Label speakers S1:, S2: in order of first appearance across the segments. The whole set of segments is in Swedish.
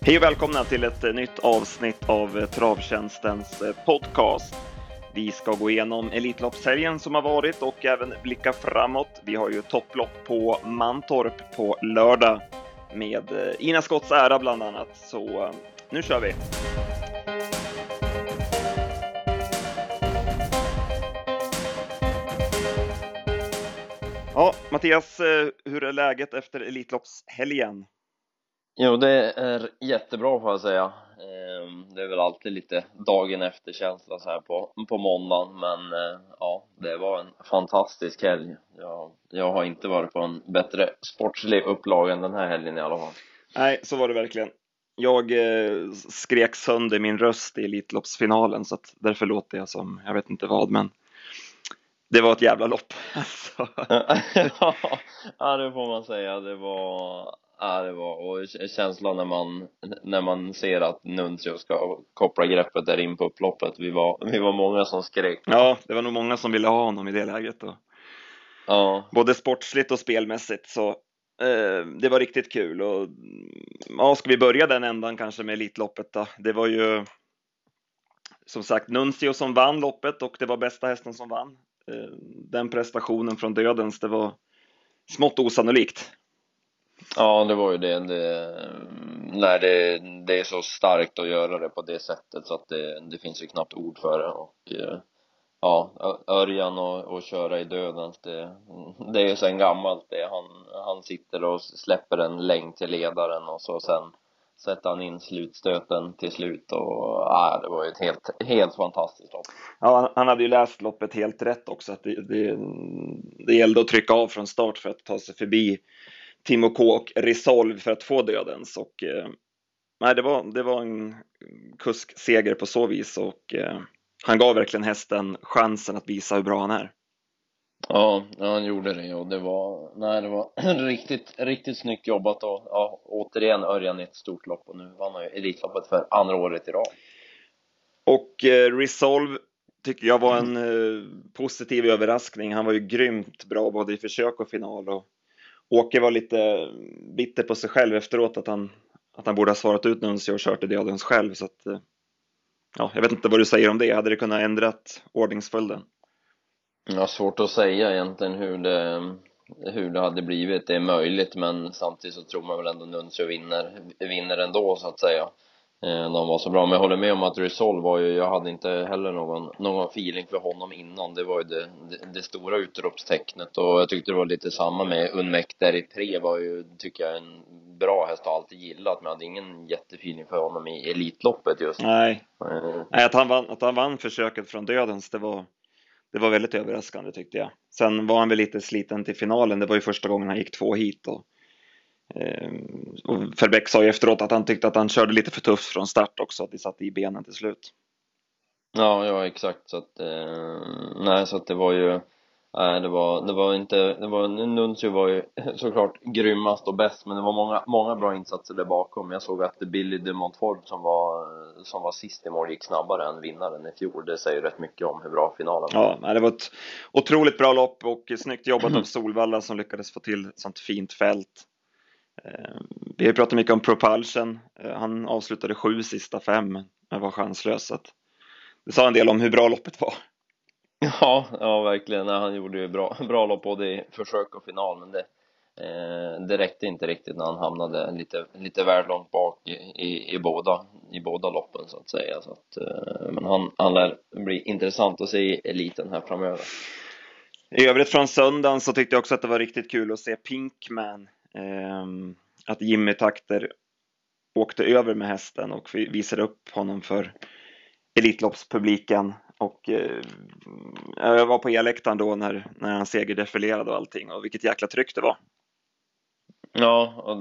S1: Hej och välkomna till ett nytt avsnitt av Travtjänstens podcast. Vi ska gå igenom Elitloppshelgen som har varit och även blicka framåt. Vi har ju topplopp på Mantorp på lördag med Ina Scotts ära bland annat. Så nu kör vi! Ja, Mattias, hur är läget efter Elitloppshelgen?
S2: Jo, det är jättebra får jag säga. Det är väl alltid lite dagen efter känsla så här på måndagen. Men ja, det var en fantastisk helg. Jag har inte varit på en bättre sportslig upplaga än den här helgen i alla fall.
S1: Nej, så var det verkligen. Jag skrek sönder min röst i Elitloppsfinalen, så att därför låter jag som jag vet inte vad, men det var ett jävla lopp. Alltså.
S2: Ja, det får man säga. Det var och känslan när man ser att Nuncio ska koppla greppet där in på upploppet. Vi var många som skrek.
S1: Ja, det var nog många som ville ha honom i det läget då.
S2: Ja.
S1: Både sportsligt och spelmässigt, så det var riktigt kul. Och ja, ska vi börja den ändan kanske med Elitloppet då? Det var ju som sagt Nuncio som vann loppet och det var bästa hästen som vann. Den prestationen från dödens, det var smått osannolikt.
S2: Ja, det var ju det. Det är så starkt att göra det på det sättet så att det finns ju knappt ord för det. Och ja, Örjan och köra i dödens, det är ju sen gammalt det. Han sitter och släpper en längd till ledaren och så sen sätter han in slutstöten till slut. Och det var ju ett helt fantastiskt lopp.
S1: Ja, han hade ju läst loppet helt rätt också, att det gällde att trycka av från start för att ta sig förbi Timo K och Resolve för att få dödens. Och nej, det var en kuskseger på så vis, och han gav verkligen hästen chansen att visa hur bra han är.
S2: Ja, han gjorde det och det var riktigt snyggt jobbat och ja, återigen Örjan i ett stort lopp och nu vann han ju Elitloppet för andra året i rad.
S1: Och Resolve tycker jag var en positiv överraskning. Han var ju grymt bra både i försök och final, och Åke var lite bitter på sig själv efteråt att han borde ha svarat ut Nuncio och kört i dödens själv, så att ja, jag vet inte vad du säger om det. Hade det kunnat ändrat ordningsföljden?
S2: Ja, svårt att säga egentligen hur det hade blivit. Det är möjligt, men samtidigt så tror man väl ändå Nuncio vinner ändå så att säga. De var så bra, men jag håller med om att Resolve var ju, jag hade inte heller någon feeling för honom innan. Det var ju det stora utropstecknet, och jag tyckte det var lite samma med Unmekter i 3 var ju, tycker jag, en bra häst, och alltid gillat, men jag hade ingen jättefeeling för honom i Elitloppet just.
S1: Nej, att han vann försöket från dödens, det var väldigt överraskande tyckte jag. Sen var han väl lite sliten till finalen. Det var ju första gången han gick 2 hit, och Verbeek sa ju efteråt att han tyckte att han körde lite för tufft från start också, att det satt i benen till slut.
S2: Ja, exakt, så att nej, så att det var ju Nuncio var ju såklart grymmast och bäst, men det var många bra insatser där bakom. Jag såg att Billy de Montfort som var sist i mål gick snabbare än vinnaren i fjol. Det säger rätt mycket om hur bra finalen var.
S1: Ja, det var ett otroligt bra lopp och snyggt jobbat av Solvalla som lyckades få till ett sånt fint fält. Vi har pratat mycket om Propulsion. Han avslutade 7 sista 5, men var chanslös. Det sa en del om hur bra loppet var.
S2: Ja, verkligen. Han gjorde ju bra lopp både i försök och final, men det räckte inte riktigt när han hamnade lite väl långt bak i båda loppen så att säga. Så att, men han lär bli intressant att se i eliten här framöver.
S1: I övrigt från söndagen så tyckte jag också att det var riktigt kul att se Pinkman. Att Jimmy Takter åkte över med hästen och visade upp honom för Elitloppspubliken. Och jag var på E-läktaren då när han segerdefilerade och allting, och vilket jäkla tryck det var.
S2: Ja, och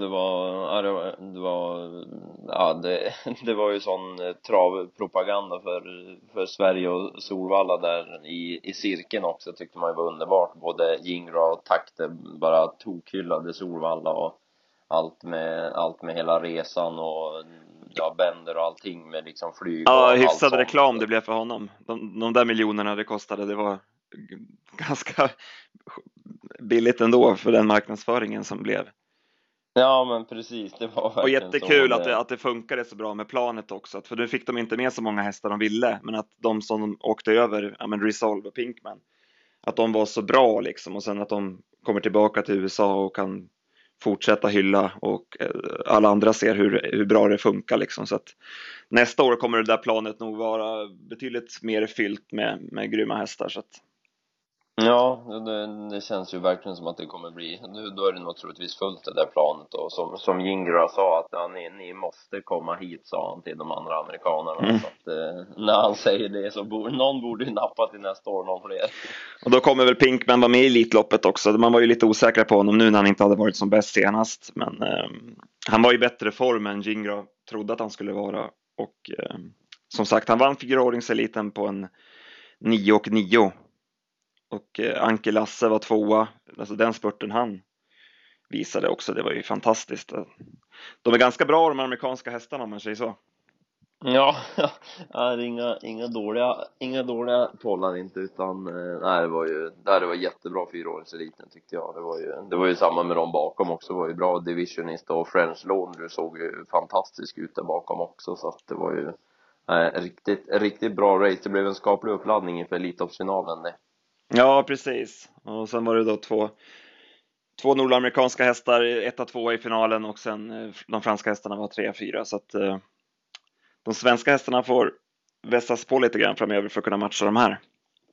S2: det var ju sån travpropaganda för Sverige och Solvalla där i cirkeln också, tyckte man ju var underbart. Både Jingra och Takter bara tokhyllade Solvalla och allt med hela resan och bänder och allting med liksom flyg.
S1: Ja, hyfsad reklam det blev för honom. De där miljonerna det kostade, det var ganska billigt ändå för den marknadsföringen som blev.
S2: Ja, men precis, det var
S1: Och
S2: verkligen så.
S1: jättekul att det funkade så bra med planet också. För nu fick de inte med så många hästar de ville. Men att de som åkte över, ja men Resolve och Pinkman, att de var så bra liksom. Och sen att de kommer tillbaka till USA och kan fortsätta hylla. Och alla andra ser hur bra det funkar liksom. Så att nästa år kommer det där planet nog vara betydligt mer fyllt med grymma hästar. Så att...
S2: Ja, det känns ju verkligen som att det kommer bli, då är det nog troligtvis fullt det där planet, och som Gingra sa att ja, ni måste komma hit, sa han till de andra amerikanerna. Så att när han säger det så någon borde ju nappa till nästa år, någon fler.
S1: Och då kommer väl Pinkman vara med i Elitloppet också. Man var ju lite osäker på honom nu när han inte hade varit som bäst senast. Men han var i bättre form än Gingra trodde att han skulle vara. Och som sagt, han vann fyraåringseliten på en 9,9. Och Anke Lasse var tvåa. Alltså den spurten han visade också, det var ju fantastiskt. De är ganska bra de amerikanska hästarna om man säger så.
S2: Ja, är inga dåliga pollar inte, utan nej, det var jättebra fyraåringseliten tyckte jag. Det var ju samma med dem bakom också, det var ju bra. Divisionist och French Laundry såg ju fantastisk ut där bakom också, så att det var ju riktigt bra race. Det blev en skaplig uppladdning inför Elitloppsfinalen det.
S1: Ja, precis. Och sen var det då två nordamerikanska hästar, 1-2 i finalen, och sen de franska hästarna var 3-4. Så att de svenska hästarna får vässas på lite grann framöver för att kunna matcha de här.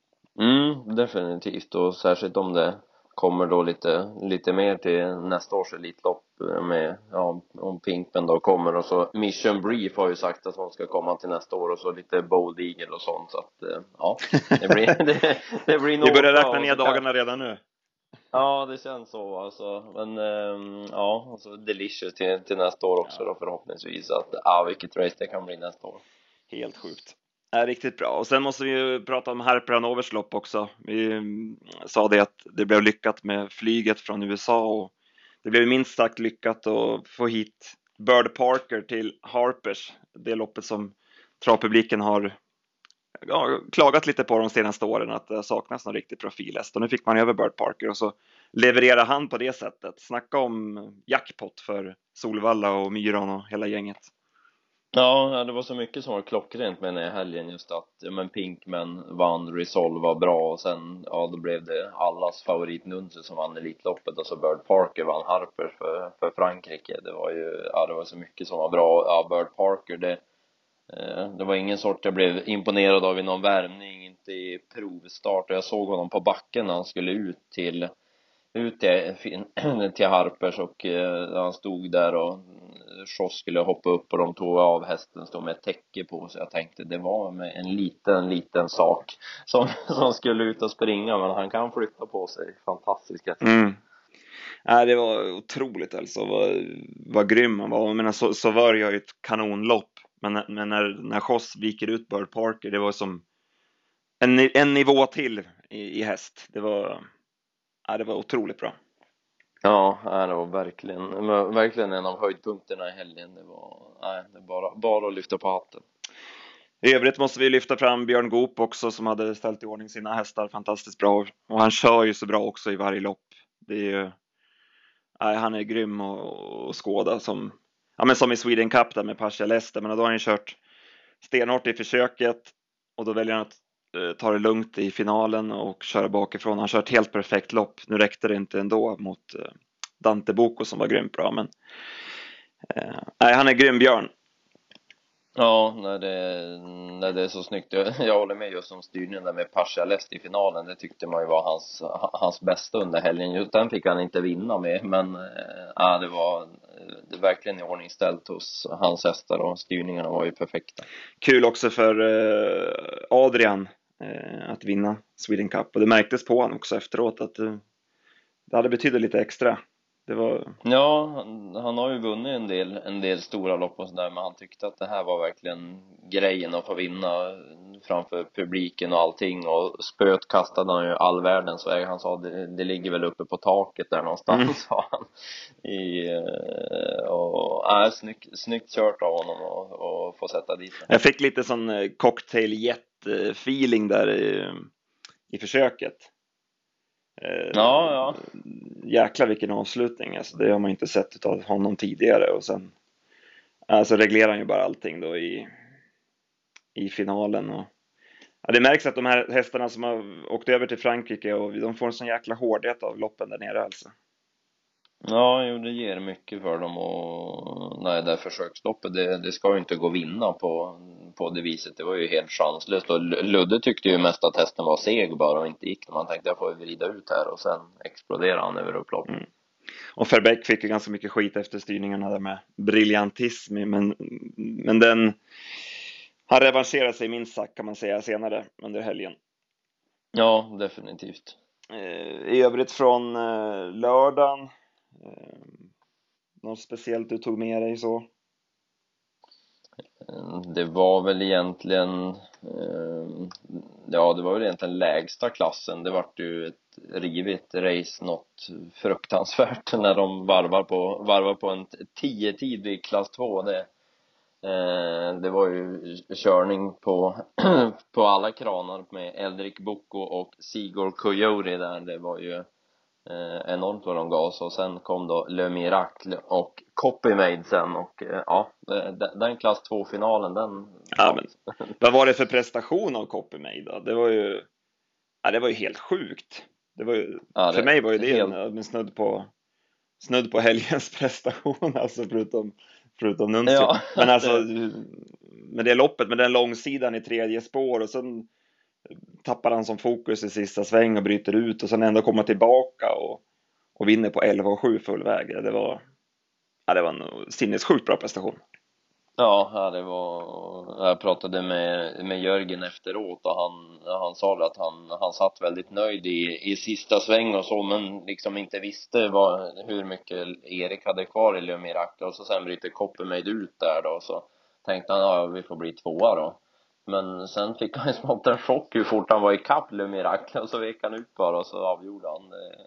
S2: Definitivt, och särskilt om det kommer då lite mer till nästa års Elitlopp med, ja, om Pinkman då kommer, och så Mission Brief har ju sagt att hon ska komma till nästa år, och så lite Bold Eagle och sånt, så att ja, det blir nog.
S1: Vi börjar räkna ner dagarna redan nu.
S2: Ja, det känns så alltså. Men ja, och så Delicious till nästa år också då, förhoppningsvis, att vilket race det kan bli nästa år.
S1: Helt sjukt. Är riktigt bra. Och sen måste vi ju prata om Harper Hanovers lopp också. Vi sa det att det blev lyckat med flyget från USA, och det blev minst sagt lyckat att få hit Bird Parker till Harpers. Det loppet som travpubliken har klagat lite på de senaste åren, att det saknas någon riktig profilhäst. Och nu fick man över Bird Parker, och så levererar han på det sättet. Snacka om jackpot för Solvalla och Myron och hela gänget.
S2: Ja, det var så mycket som var klockrent med den här helgen, just att men Pinkman vann, Resolve var bra, och sen då blev det allas favorit Nunse som vann Elitloppet, och så Bird Parker vann Harper för Frankrike. Det var så mycket som var bra. Ja, Bird Parker, det var ingen sort jag blev imponerad av i någon värmning, inte i provstart, och jag såg honom på backen när han skulle ut till Harpers, och han stod där och Schoss skulle hoppa upp och de tog av hästen, stod med ett täcke på, så jag tänkte det var med en liten sak som skulle ut och springa, men han kan flytta på sig. Fantastiskt.
S1: Ja, det var otroligt alltså, vad grym han var. Jag menar, så var jag ju ett kanonlopp, men när Schoss viker ut Bird Parker, det var som en nivå till i häst. Det var otroligt bra.
S2: Ja, det var verkligen en av höjdpunkterna i helgen. Det var bara att lyfta på hatten.
S1: I övrigt måste vi lyfta fram Björn Goop också, som hade ställt i ordning sina hästar fantastiskt bra. Och han kör ju så bra också i varje lopp. Det är ju, han är grym och skåda, som i Sweden Cup där med Pasha Lester. Men då har han kört stenhårt i försöket, och då väljer han att ta det lugnt i finalen och köra bakifrån. Han kört helt perfekt lopp. Nu räckte det inte ändå mot Dante Boko som var grymt bra, men han är grym, Björn.
S2: Ja, när det är så snyggt. Jag håller med just om styrningen där med Pasha Lest i finalen. Det tyckte man ju var hans bästa under helgen. Just den fick han inte vinna med, men det var verkligen i ordning ställt hos hans hästar, och styrningarna var ju perfekta.
S1: Kul också för Adrian att vinna Sweden Cup, och det märktes på han också efteråt att det hade betytt lite extra.
S2: Ja, han har ju vunnit en del stora lopp och sådär, men han tyckte att det här var verkligen grejen att få vinna framför publiken och allting, och spöt kastade han ju all världens väg. Han sa det ligger väl uppe på taket där någonstans, sa han. Snyggt kört av honom och få sätta dit den.
S1: Jag fick lite sån cocktail jet feeling där i försöket.
S2: Ja, ja.
S1: Jäklar vilken avslutning, alltså, det har man inte sett av honom tidigare. Och sen alltså reglerar han ju bara allting då i finalen. Och ja, det märks att de här hästarna som har åkt över till Frankrike, och de får en sån jäkla hårdhet av loppen där nere alltså.
S2: Ja, jo, det ger mycket för dem. Och nej, det här försöksloppet, det ska ju inte gå att vinna på det viset. Det var ju helt chanslöst. Och Ludde tyckte ju mest att hästen var seg bara och inte gick. Man tänkte jag får vrida ut här, och sen exploderade han över upploppet.
S1: Och Verbeek fick ju ganska mycket skit efter styrningarna där med briljantism, men han revanscherar sig minst sagt, kan man säga, senare under helgen.
S2: Ja, definitivt.
S1: I övrigt från lördagen, något speciellt du tog med dig så?
S2: Det var väl egentligen ja, det var väl egentligen lägsta klassen. Det vart ju ett rivigt race, något fruktansvärt när de varvar på en 10-tid i klass 2. Det var ju körning på på alla kranar med Eldrick Bocco och Sigurd Coyote där. Det var ju enormt vad de gav. Och sen kom då Le Miracle och Copymade sen. Och ja, den klass 2-finalen, den...
S1: Ja, men vad var det för prestation av Copymade då? Det var ju helt sjukt. Det var ju,
S2: Ja,
S1: för mig var ju det
S2: helt...
S1: en snudd på helgens prestation, alltså förutom Nuncio.
S2: Ja,
S1: Men alltså med det loppet, med den långsidan i tredje spår, och sen tappar han som fokus i sista sväng och bryter ut, och sen ändå komma tillbaka och vinner på 11,7 full väg. Det var en sinnessjukt bra prestation.
S2: Ja, det var... Jag pratade med Jörgen efteråt, och han sa att han satt väldigt nöjd i sista sväng och så, men liksom inte visste hur mycket Erik hade kvar i Le Miracle. Och så sen bryter Copymade ut där då, så tänkte han, ja, vi får bli tvåa då. Men sen fick han ju smått en chock hur fort han var i kapp Le Miracle, och så vek han ut bara och så avgjorde han.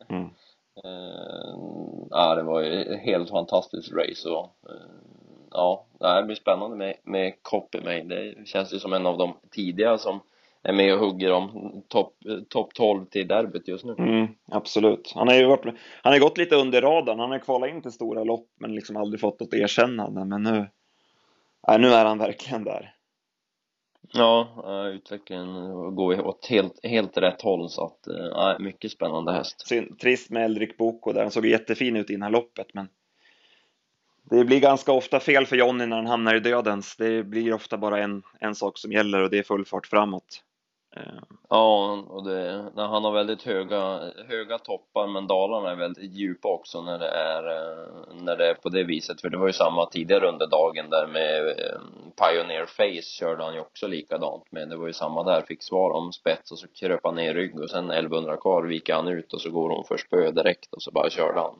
S2: Ja, det var ju helt fantastiskt race. Och ja, det blir spännande med Copymade. Det känns ju som en av de tidiga som är med och hugger om topp 12 till derbyt just nu.
S1: Absolut. Han har gått lite under radarn. Han har kvalat in till stora lopp, men liksom aldrig fått något erkännande. Men nu är han verkligen där.
S2: Ja, utvecklingen går ju åt helt rätt håll, så att mycket spännande häst.
S1: Trist med Eldrick Bocco där. Han såg jättefin ut i det här loppet, men det blir ganska ofta fel för Johnny när han hamnar i dödens. Det blir ofta bara en sak som gäller, och det är full fart framåt.
S2: Ja, och när han har väldigt höga toppar, men dalarna är väldigt djupa också när det är på det viset. För det var ju samma tidigare under dagen där med Pioneer Face körde han ju också likadant med. Det var ju samma där, fick svar om spets och så kröp han ner rygg, och sen 1100 kvar viker han ut och så går hon för spö direkt och så bara körde han.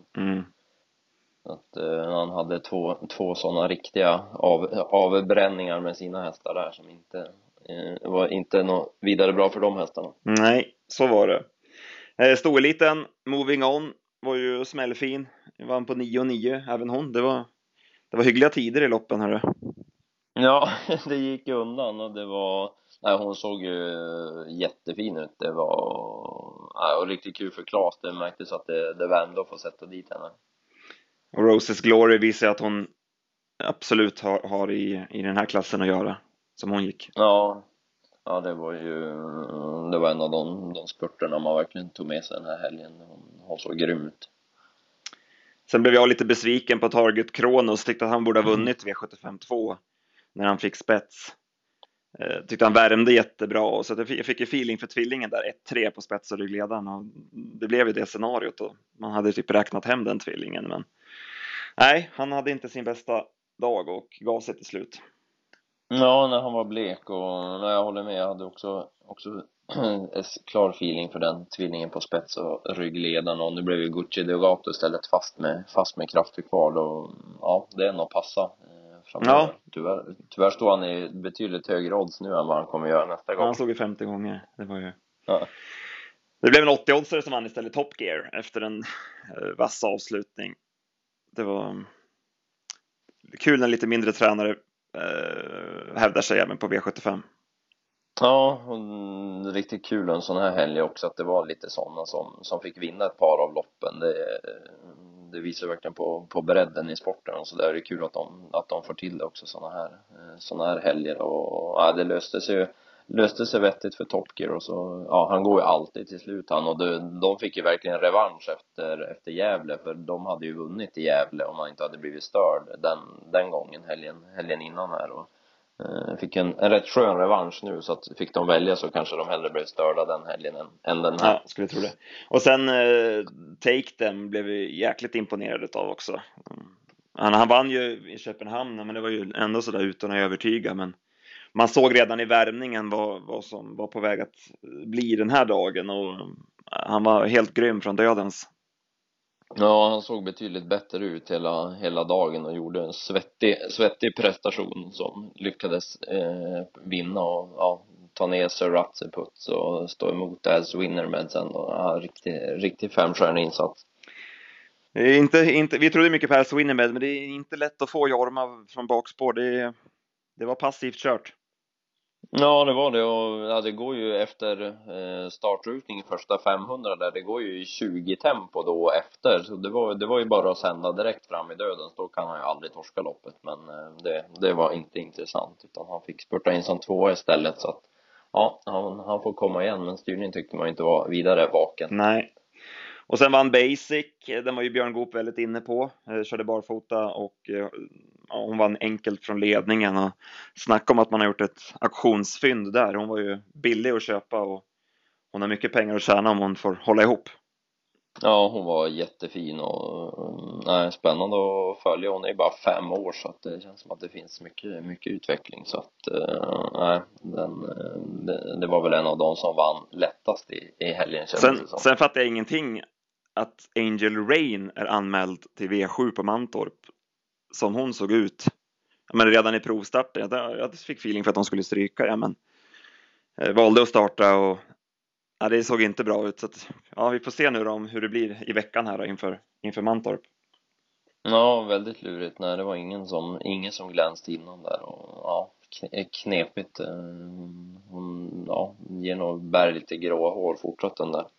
S2: Att han hade två sådana riktiga avbränningar med sina hästar där som inte var inte något vidare bra för de hästarna.
S1: Nej, så var det. Storeliten Moving On var ju smällfin. Vann på 9,9 även hon. Det var hyggliga tider i loppen, hörru.
S2: Ja, det gick undan, och det var... Nej, hon såg ju jättefin ut. Det var och riktigt kul för Claes. Det märktes att det vände att få sätta dit henne.
S1: Och Roses Glory visar att hon absolut har i den här klassen att göra, som hon gick.
S2: Ja, det var en av de spurterna man verkligen tog med sig den här helgen. Hon såg grym ut.
S1: Sen blev jag lite besviken på Target Kronos. Tyckte att han borde ha vunnit V75-2 när han fick spets. Tyckte han värmde jättebra. Så jag fick ju feeling för tvillingen där. 1-3 på spets och ryggledaren. Och det blev ju det scenariot. Och man hade typ räknat hem den tvillingen. Men nej, han hade inte sin bästa dag och gav sig till slut.
S2: Ja, när han var blek, och när jag håller med, jag hade också klar feeling för den tvillingen på spets och ryggledaren, och nu blev ju Gucci Deogato istället fast med krafter kvar, och ja, det är nog passa framöver. Ja. Tyvärr står han i betydligt högre odds nu än vad han kommer göra nästa gång.
S1: Han såg i 50 gånger, det var ju... Ja. Det blev en 80-oddsare som vann istället Top Gear efter en vass avslutning. Det var kul när lite mindre tränare hävdar sig även på V75.
S2: Ja, och riktigt kul en sån här helg också att det var lite sådana som fick vinna ett par av loppen. Det visar verkligen på bredden i sporten, och så där är det kul att de får till det också, såna här helger. Och ja, det löste sig vettigt för Top Gear, och så ja, han går ju alltid till slut han, och de fick ju verkligen revansch efter Gävle, för de hade ju vunnit i Gävle om man inte hade blivit störd den gången helgen innan här. Och fick en rätt skön revansch nu, så att fick de välja så kanske de hellre blev störda den helgen än den här.
S1: Ja, skulle tro det. Och sen Take Them blev vi jäkligt imponerade av också. Han vann ju i Köpenhamn, men det var ju ändå sådär utan att övertyga. Men man såg redan i värmningen vad som var på väg att bli den här dagen. Och han var helt grym från dödens.
S2: Ja, han såg betydligt bättre ut hela dagen och gjorde en svettig prestation som lyckades vinna och ja, ta ner Sir Ratseputs och stå emot As Winnermed sen. Och ja, riktigt femstjärnig insats.
S1: Det är inte, vi trodde mycket på As Winnermed, men det är inte lätt att få Jorma från bakspår. Det var passivt kört.
S2: Ja, det var det, och ja, det går ju efter startrutning i första 500 där, det går ju i 20 tempo då efter, så det var ju bara att sända direkt fram i döden, så då kan han ju aldrig torska loppet, men det var inte intressant, utan han fick spurta in som tvåa istället, så att ja, han får komma igen, men styrningen tyckte man inte var vidare vaken.
S1: Nej. Och sen vann Basic, den var ju Björn Goop väldigt inne på, körde barfota och ja, hon vann enkelt från ledningen, och snacka om att man har gjort ett auktionsfynd där. Hon var ju billig att köpa och hon har mycket pengar att tjäna om hon får hålla ihop.
S2: Ja, hon var jättefin och nej, spännande att följa. Hon är ju bara 5 år, så att det känns som att det finns mycket utveckling, så att nej, det var väl en av de som vann lättast i helgen, känns det som.
S1: Sen fattar jag ingenting att Angel Rain är anmäld till V7 på Mantorp som hon såg ut. Men redan i provstarten, jag fick feeling för att de skulle stryka, ja, men valde att starta och ja, det såg inte bra ut, så att, ja, vi får se nu då hur det blir i veckan här då, inför Mantorp.
S2: Ja, väldigt lurigt. Nej, det var ingen som glänste innan där, och ja, knepigt. Hon ja, ger nog bär lite gråa hår fortsatt den där.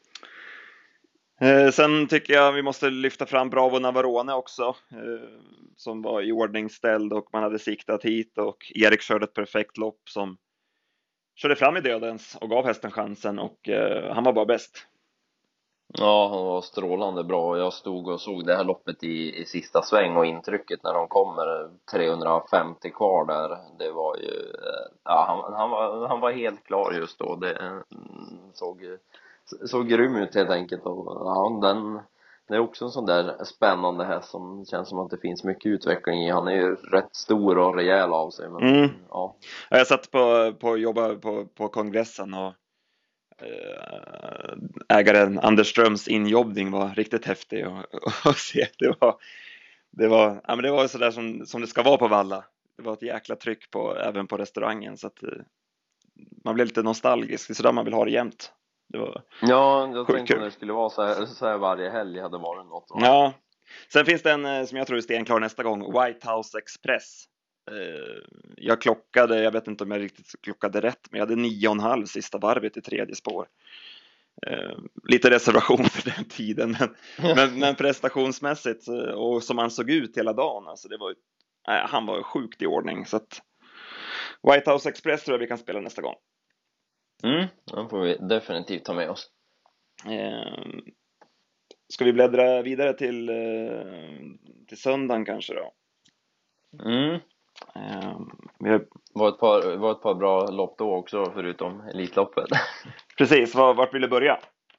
S1: Sen tycker jag vi måste lyfta fram Bravo Navarone också, som var i ordning ställd och man hade siktat hit, och Erik körde ett perfekt lopp som körde fram i dödens och gav hästen chansen, och han var bara bäst.
S2: Ja, han var strålande bra. Jag stod och såg det här loppet i sista sväng, och intrycket när de kommer 350 kvar där, det var ju ja, han var helt klar just då. Det såg grym ut helt enkelt, och ja, det är också en sån där spännande häst som känns som att det finns mycket utveckling i. Han är ju rätt stor och rejäl av sig, men ja.
S1: Jag satt på jobba på kongressen, och ägaren Anders Ströms injobbning var riktigt häftig att se. Ja, men det var så där som det ska vara på Valla. Det var ett jäkla tryck även på restaurangen, så att man blev lite nostalgisk. Det är så där man vill ha det jämt. Det var
S2: Ja, jag tänkte
S1: kul.
S2: om det skulle vara så här varje helg hade varit något.
S1: Ja. Sen finns det en som jag tror är stenklar nästa gång, White House Express. Jag vet inte om jag riktigt klockade rätt, men jag hade 9,5 sista varvet i tredje spår. Lite reservation för den tiden, men prestationsmässigt och som han såg ut hela dagen, alltså han var sjukt i ordning, så att White House Express tror jag vi kan spela nästa gång.
S2: Den får vi definitivt ta med oss.
S1: Ska vi bläddra vidare till söndagen kanske då?
S2: Var ett par bra lopp då också, förutom Elitloppet.
S1: Precis, vart vill du börja?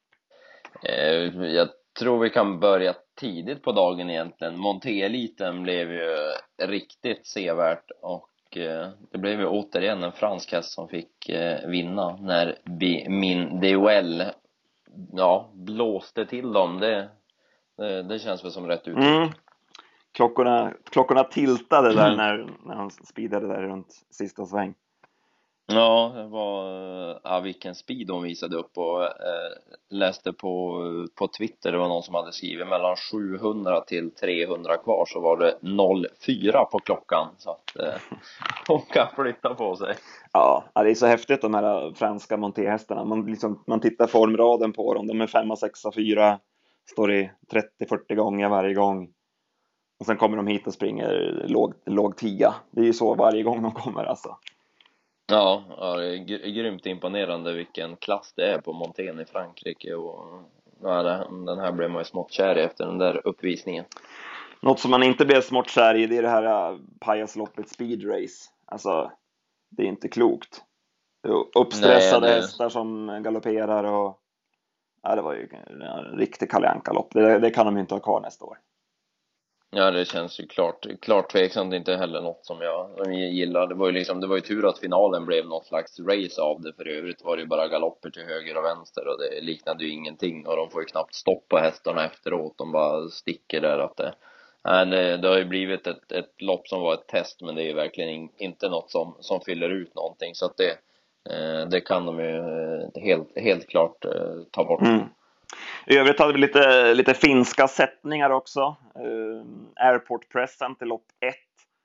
S2: Jag tror vi kan börja tidigt på dagen egentligen. Monté-eliten blev ju riktigt sevärt, och det blev ju återigen en fransk häst som fick vinna när Min Duell blåste till dem. Det känns väl som rätt uttryck.
S1: Klockorna tiltade där när han speedade där runt sista sväng.
S2: Ja, det var vilken speed de visade upp och läste på Twitter, det var någon som hade skrivit mellan 700 till 300 kvar så var det 04 på klockan så att hon kan flytta på sig.
S1: Ja, det är så häftigt de här franska montéhästarna. Man tittar formraden på dem. De är 5, 6, 4, står i 30-40 gånger varje gång. Och sen kommer de hit och springer låg 10. Det är ju så varje gång de kommer alltså.
S2: Ja, det är grymt imponerande vilken klass det är på montén i Frankrike och ja, den här blev man ju smått kär i efter den där uppvisningen.
S1: Något som man inte blev smått kär i, det är det här pajasloppet Speed Race. Alltså, det är inte klokt. Uppstressade
S2: Nej,
S1: hästar som galopperar och ja, det var ju en riktig Kalle Anka-lopp. Det kan de ju inte ha kvar nästa år.
S2: ja, det känns ju klart tveksamt, inte heller något som jag gillar. Det var ju tur att finalen blev något slags race av det, för i övrigt var det ju bara galopper till höger och vänster och det liknade ju ingenting och de får ju knappt stoppa hästarna efteråt, de bara sticker där att det har ju blivit ett lopp som var ett test, men det är ju verkligen inte något som fyller ut någonting, så att det kan de ju helt klart ta bort.
S1: I övrigt hade vi lite finska sättningar också. Airport Present i lopp 1.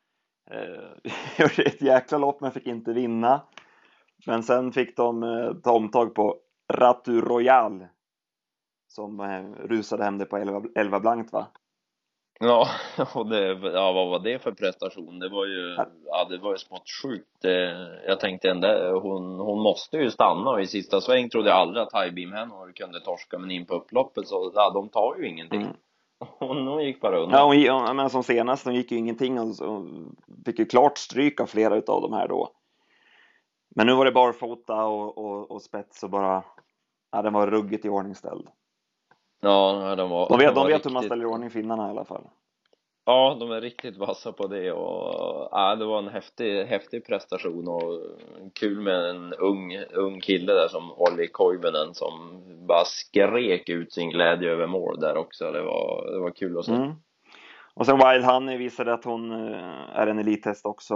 S1: Gjorde ett jäkla lopp men fick inte vinna. Men sen fick de ta omtag på Ratu Royal som rusade hem det på 11 blankt, va?
S2: Ja, och vad var det för prestation? Det var ju smått sjukt. Jag tänkte ändå, hon måste ju stanna, och i sista sväng trodde jag aldrig att High Beam Henry kunde torska, men in på upploppet så, ja, de tar ju ingenting. Hon gick bara undan.
S1: Ja, men som senast, de gick ju ingenting och fick ju klart stryk av flera utav de här då. Men nu var det barfota och spets och bara, ja, den var ruggigt i ordningställd.
S2: Ja,
S1: De vet
S2: riktigt,
S1: hur man ställer i ordning finnarna i alla fall.
S2: ja, de är riktigt vassa på det och ja, det var en häftig prestation och kul med en ung kille där som Olli Koivunen som bara skrek ut sin glädje över mål där också. Det var kul att se.
S1: Och sen Wild Honey visade att hon är en elithäst också.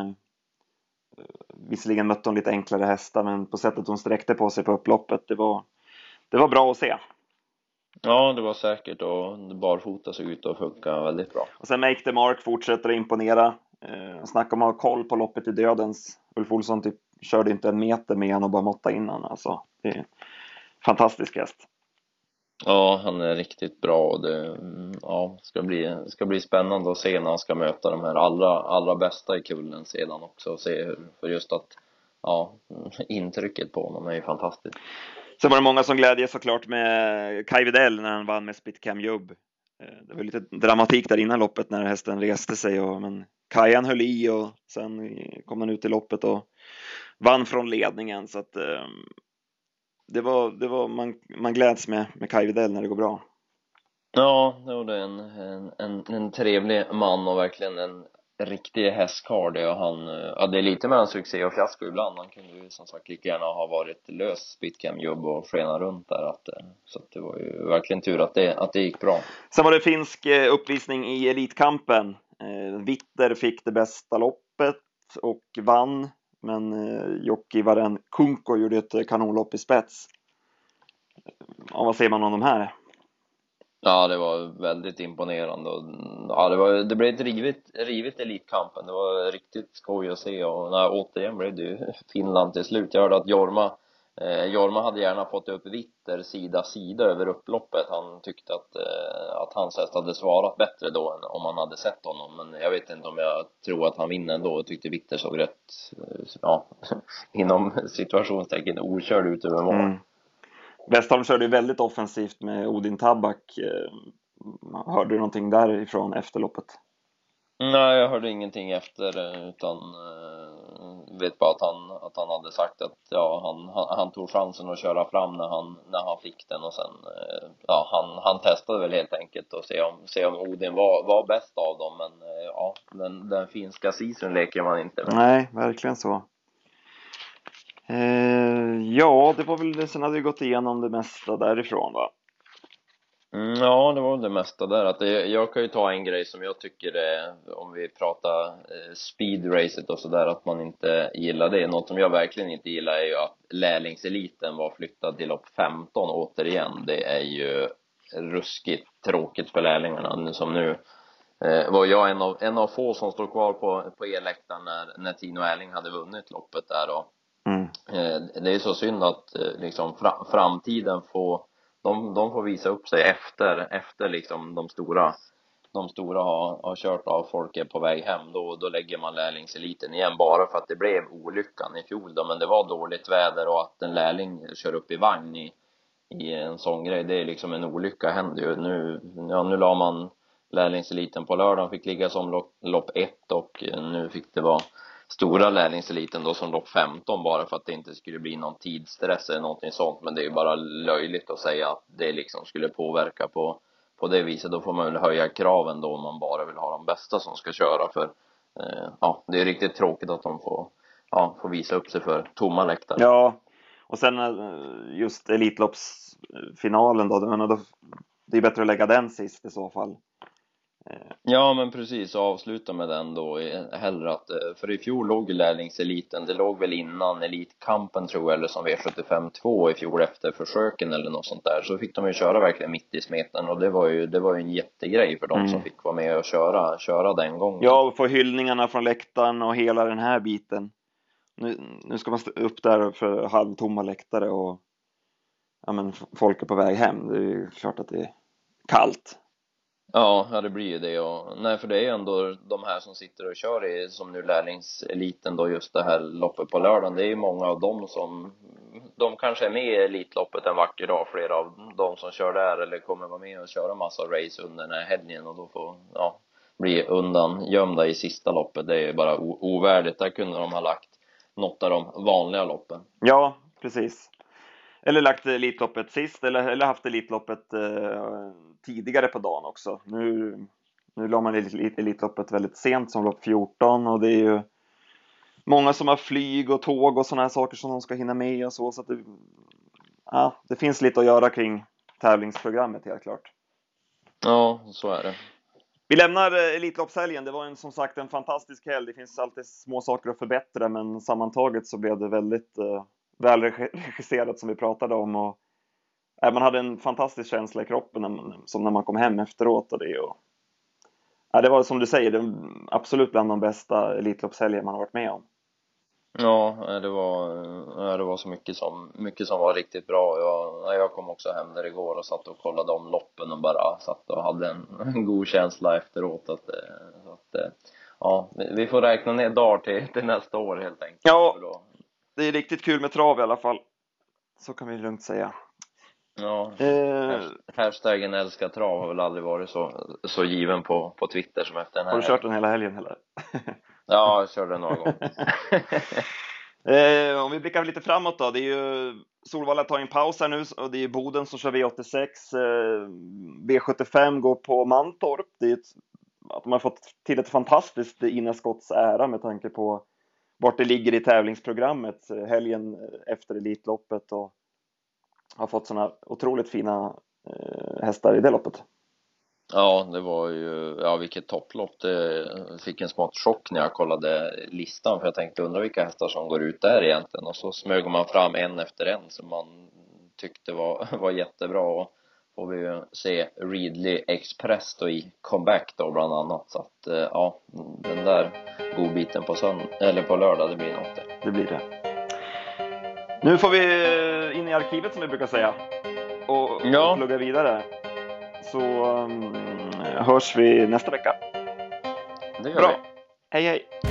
S1: Visserligen mötte hon lite enklare hästar, men på sättet hon sträckte på sig på upploppet, det var bra att se.
S2: Ja, det var säkert, och barfota såg ut att funka väldigt bra.
S1: Och sen Make the Mark fortsätter att imponera. Snacka om att ha koll på loppet i dödens. Ulf Olsson typ körde inte en meter med han och bara måtta innan. Alltså, det är en fantastisk häst.
S2: Ja, han är riktigt bra och ska bli spännande att se när han ska möta de här allra bästa i kullen sedan också, och se för just att intrycket på honom är ju fantastiskt.
S1: Sen var det många som glädje såklart med Kai Widell när han vann med Spitcam Jubb. Det var lite dramatik där innan loppet när hästen reste sig, men Kajan höll i och sen kom han ut i loppet och vann från ledningen, så att det var man gläds med Kai Widell när det går bra.
S2: Ja, det är en trevlig man och verkligen en riktig hästkarl det, och det är lite mellan succé och fiasko ibland. Han kunde ju som sagt lika gärna ha varit lös Spitcam-jobb och skena runt där, så att det var ju verkligen tur att det gick bra.
S1: Sen var det finsk uppvisning i Elitkampen. Vitter fick det bästa loppet och vann, men Jokivaren Kunko gjorde ett kanonlopp i spets. Ja, vad säger man om de här?
S2: Ja, det var väldigt imponerande och det blev ett rivigt Elitkampen. Det var riktigt skoj att se, och återigen blev det ju Finland till slut. Jag hörde att Jorma hade gärna fått upp Vitter sida över upploppet. Han tyckte att hans häst hade svarat bättre då än om man hade sett honom, men jag vet inte om jag tror att han vinner ändå. Jag tyckte Vitter såg rätt inom situationstecken okörd ut över mål.
S1: Westholm körde ju väldigt offensivt med Odin Tabak. Hörde du någonting därifrån efter loppet?
S2: Nej, jag hörde ingenting efter, utan vet bara att han hade sagt att han tog chansen att köra fram när han fick den, och sen han testade väl helt enkelt och se om Odin var bäst av dem, men den finska season leker man inte med.
S1: Nej, verkligen så. Ja, det var väl det. Sen hade vi gått igenom det mesta därifrån, va?
S2: Ja, det var det mesta där. Att jag kan ju ta en grej som jag tycker är, om vi pratar speedracet och sådär, att man inte gillar det. Något som jag verkligen inte gillar är ju att lärlingseliten var flyttad till lopp 15 återigen. Det är ju ruskigt tråkigt för lärlingarna nu som nu. Var jag en av få som står kvar på elläktaren när Tino Erling hade vunnit loppet där då. Det är så synd att liksom framtiden får de får visa upp sig efter liksom de stora har kört av, folk är på väg hem, då lägger man lärlingseliten igen bara för att det blev olyckan i fjol då. Men det var dåligt väder och att en lärling kör upp i vagn i en sån grej, det är liksom en olycka händer ju. Nu la man lärlingseliten på lördagen, fick ligga som lopp 1 och nu fick det vara stora lärlingseliten då som lopp 15 bara för att det inte skulle bli någon tidsstress eller någonting sånt. Men det är ju bara löjligt att säga att det liksom skulle påverka på det viset. Då får man väl höja kraven då om man bara vill ha de bästa som ska köra, för ja, det är riktigt tråkigt att de får visa upp sig för tomma läktare.
S1: Ja, och sen just Elitloppsfinalen då, det är bättre att lägga den sist i så fall.
S2: Ja, men precis, och avsluta med den då hellre att, för i fjol låg lärlingseliten, det låg väl innan Elitkampen tror jag, eller som V75-2 i fjol efter försöken eller något sånt där, så fick de ju köra verkligen mitt i smeten och det var ju en jättegrej för dem som fick vara med och köra den gången.
S1: Ja, och få hyllningarna från läktaren och hela den här biten. Nu ska man stå upp där för halvtomma läktare och ja, men folk är på väg hem. Det är ju klart att det är kallt.
S2: Ja, det blir ju det. Nej, för det är ju ändå de här som sitter och kör som nu lärlingseliten då, just det här loppet på lördagen. Det är ju många av dem som, de kanske är med i Elitloppet en vacker dag, flera av dem som kör där, eller kommer vara med och köra massa race under den här helgen och då får, bli undan gömda i sista loppet. Det är ju bara ovärdigt. Där kunde de ha lagt något av de vanliga loppen.
S1: Ja, precis. Eller lagt Elitloppet sist, eller haft Elitloppet tidigare på dagen också. Nu la man Elitloppet väldigt sent som lopp 14 och det är ju många som har flyg och tåg och sådana här saker som de ska hinna med och så att det finns lite att göra kring tävlingsprogrammet helt klart.
S2: Ja, så är det.
S1: Vi lämnar Elitloppshelgen. Det var som sagt en fantastisk helg. Det finns alltid små saker att förbättra, men sammantaget så blev det väldigt väl regisserat som vi pratade om, och man hade en fantastisk känsla i kroppen som när man kom hem efteråt, och det var som du säger, det absolut bland de bästa Elitloppshelger man har varit med om.
S2: Ja, det var så mycket som var riktigt bra. Jag kom också hem där igår och satt och kollade om loppen och bara satt och hade en god känsla efteråt att vi får räkna ner dagar till nästa år helt enkelt.
S1: Ja, det är riktigt kul med trav i alla fall. Så kan vi lugnt säga.
S2: Ja, hashtaggen älskar trav har väl aldrig varit så given på Twitter som efter den här.
S1: Har du kört den hela helgen eller?
S2: Ja, jag körde några gånger.
S1: Om vi blickar lite framåt då. Det är ju Solvalla tar en paus här nu och det är Boden som kör V86. V75 går på Mantorp. Det är att de har fått till ett fantastiskt innerskotts ära med tanke på vart det ligger i tävlingsprogrammet helgen efter Elitloppet, och har fått såna otroligt fina hästar i det loppet.
S2: Ja, det var ju, vilket topplopp. Det fick en smått chock när jag kollade listan, för jag tänkte undra vilka hästar som går ut där egentligen, och så smög man fram en efter en som man tyckte var jättebra, och får vi ju se Readly Express då i comeback då bland annat, så att den där godbiten på lördag, det blir något där.
S1: Det blir det. Nu får vi in i arkivet som vi brukar säga och plugga vidare. Så hörs vi nästa vecka.
S2: Det gör vi.
S1: Hej hej.